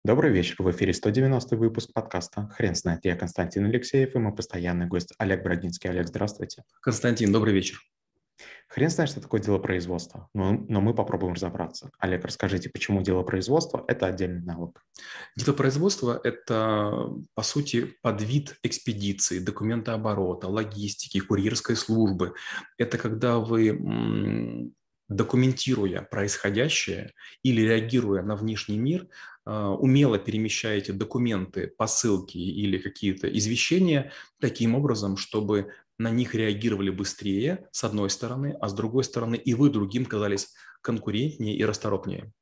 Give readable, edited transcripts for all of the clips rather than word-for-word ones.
Добрый вечер, в эфире 190 выпуск подкаста «Хрен знает». Я Константин Алексеев и мой постоянный гость Олег Брагинский. Олег, здравствуйте. Константин, добрый вечер. Хрен знает, что такое делопроизводство, но мы попробуем разобраться. Олег, расскажите, почему делопроизводство – это отдельный навык? Делопроизводство – это, по сути, подвид экспедиции, документооборота, логистики, курьерской службы. Это когда вы, документируя происходящее или реагируя на внешний мир, умело перемещаете документы, посылки или какие-то извещения таким образом, чтобы на них реагировали быстрее, с одной стороны, а с другой стороны и вы другим казались конкурентнее и расторопнее.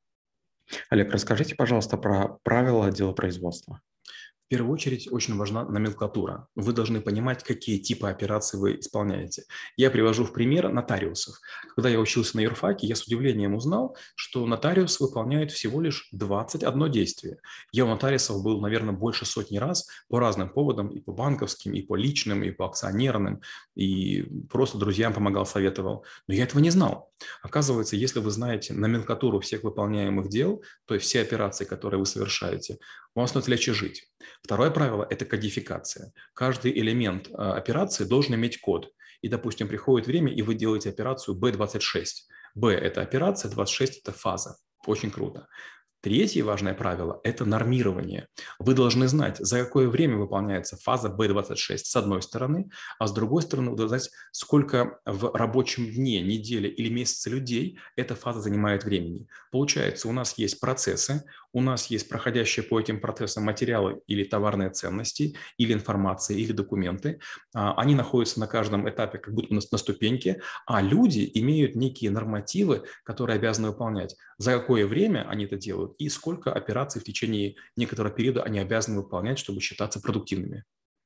Олег, расскажите, пожалуйста, про правила делопроизводства. В первую очередь очень важна номенклатура. Вы должны понимать, какие типы операций вы исполняете. Я привожу в пример нотариусов. Когда я учился на юрфаке, я с удивлением узнал, что нотариус выполняет всего лишь 21 действие. Я у нотариусов был, наверное, больше сотни раз по разным поводам, и по банковским, и по личным, и по акционерным, и просто друзьям помогал, советовал. Но я этого не знал. Оказывается, если вы знаете номенклатуру всех выполняемых дел, то есть все операции, которые вы совершаете, у вас становится легче жить. Второе правило – это кодификация. Каждый элемент операции должен иметь код. И, допустим, приходит время, и вы делаете операцию B26. B – это операция, 26 – это фаза. Очень круто. Третье важное правило – это нормирование. Вы должны знать, за какое время выполняется фаза B26 с одной стороны, а с другой стороны, вы должны знать, сколько в рабочем дне, неделе или месяце людей эта фаза занимает времени. Получается, у нас есть процессы, у нас есть проходящие по этим процессам материалы или товарные ценности, или информация, или документы. Они находятся на каждом этапе как будто на ступеньке, а люди имеют некие нормативы, которые обязаны выполнять. За какое время они это делают и сколько операций в течение некоторого периода они обязаны выполнять, чтобы считаться продуктивными.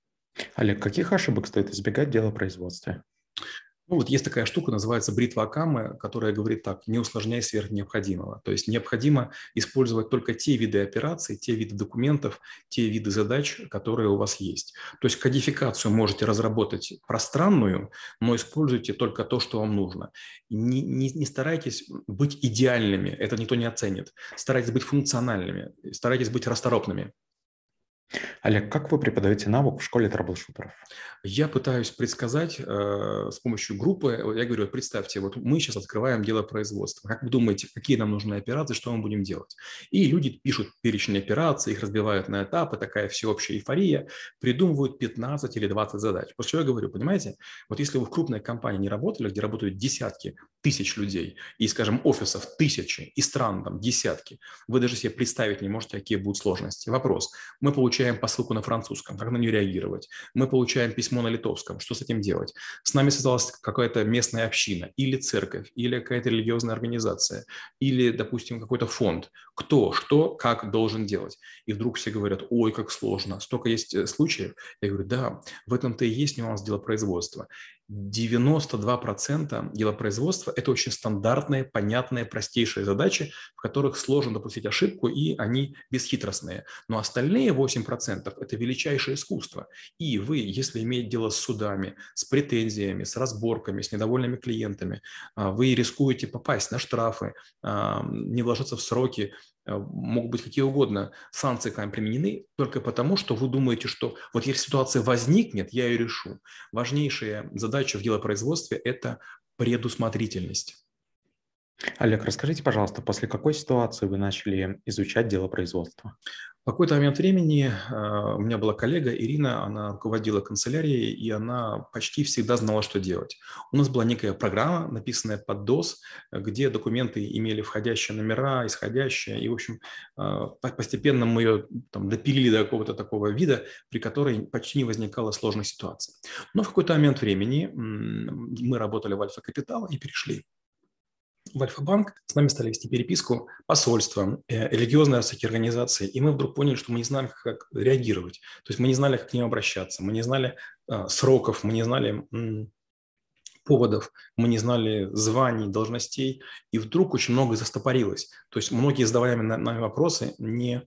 Олег, каких ошибок стоит избегать в делопроизводстве? Ну, вот есть такая штука, называется бритва Акамы, которая говорит так: не усложняй сверх необходимого. То есть необходимо использовать только те виды операций, те виды документов, те виды задач, которые у вас есть. То есть кодификацию можете разработать пространную, но используйте только то, что вам нужно. Не старайтесь быть идеальными, это никто не оценит. Старайтесь быть функциональными, старайтесь быть расторопными. Олег, как вы преподаете навык в школе трэблшутеров? Я пытаюсь предсказать с помощью группы. Я говорю, представьте, вот мы сейчас открываем дело производства. Как вы думаете, какие нам нужны операции, что мы будем делать? И люди пишут перечень операций, их разбивают на этапы, такая всеобщая эйфория, придумывают 15 или 20 задач. После чего я говорю, понимаете, вот если вы в крупной компании не работали, где работают десятки тысяч людей, и, скажем, офисов тысячи, и стран там десятки, вы даже себе представить не можете, какие будут сложности. Вопрос. Мы получаем посылку на французском, как на нее реагировать? Мы получаем письмо на литовском, что с этим делать? С нами связалась какая-то местная община, или церковь, или какая-то религиозная организация, или, допустим, какой-то фонд. Кто, что, как должен делать? И вдруг все говорят, ой, как сложно, столько есть случаев. Я говорю, да, в этом-то и есть нюанс делопроизводства. 92% делопроизводства – это очень стандартные, понятные, простейшие задачи, в которых сложно допустить ошибку, и они бесхитростные. Но остальные 8% – это величайшее искусство. И вы, если иметь дело с судами, с претензиями, с разборками, с недовольными клиентами, вы рискуете попасть на штрафы, не вложиться в сроки, могут быть какие угодно санкции к вам применены только потому, что вы думаете, что вот если ситуация возникнет, я ее решу. Важнейшая задача в делопроизводстве – это предусмотрительность. Олег, расскажите, пожалуйста, после какой ситуации вы начали изучать делопроизводство? В какой-то момент времени у меня была коллега Ирина, она руководила канцелярией, и она почти всегда знала, что делать. У нас была некая программа, написанная под DOS, где документы имели входящие номера, исходящие, и, в общем, постепенно мы ее там допилили до какого-то такого вида, при которой почти не возникало сложных ситуаций. Но в какой-то момент времени мы работали в Альфа Капитал и перешли в Альфа-банк, с нами стали вести переписку посольства, религиозные всякие организации, и мы вдруг поняли, что мы не знаем, как реагировать. То есть мы не знали, как к ним обращаться, мы не знали сроков, мы не знали поводов, мы не знали званий, должностей, и вдруг очень многое застопорилось. То есть многие задаваемые нами вопросы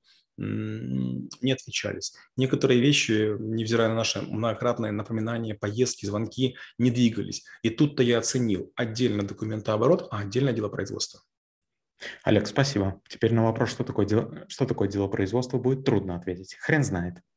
не отвечались. Некоторые вещи, невзирая на наши многократные напоминания, поездки, звонки, не двигались. И тут-то я оценил отдельно документооборот, а отдельно делопроизводство. Олег, спасибо. Теперь на вопрос, что такое делопроизводство, будет трудно ответить. Хрен знает.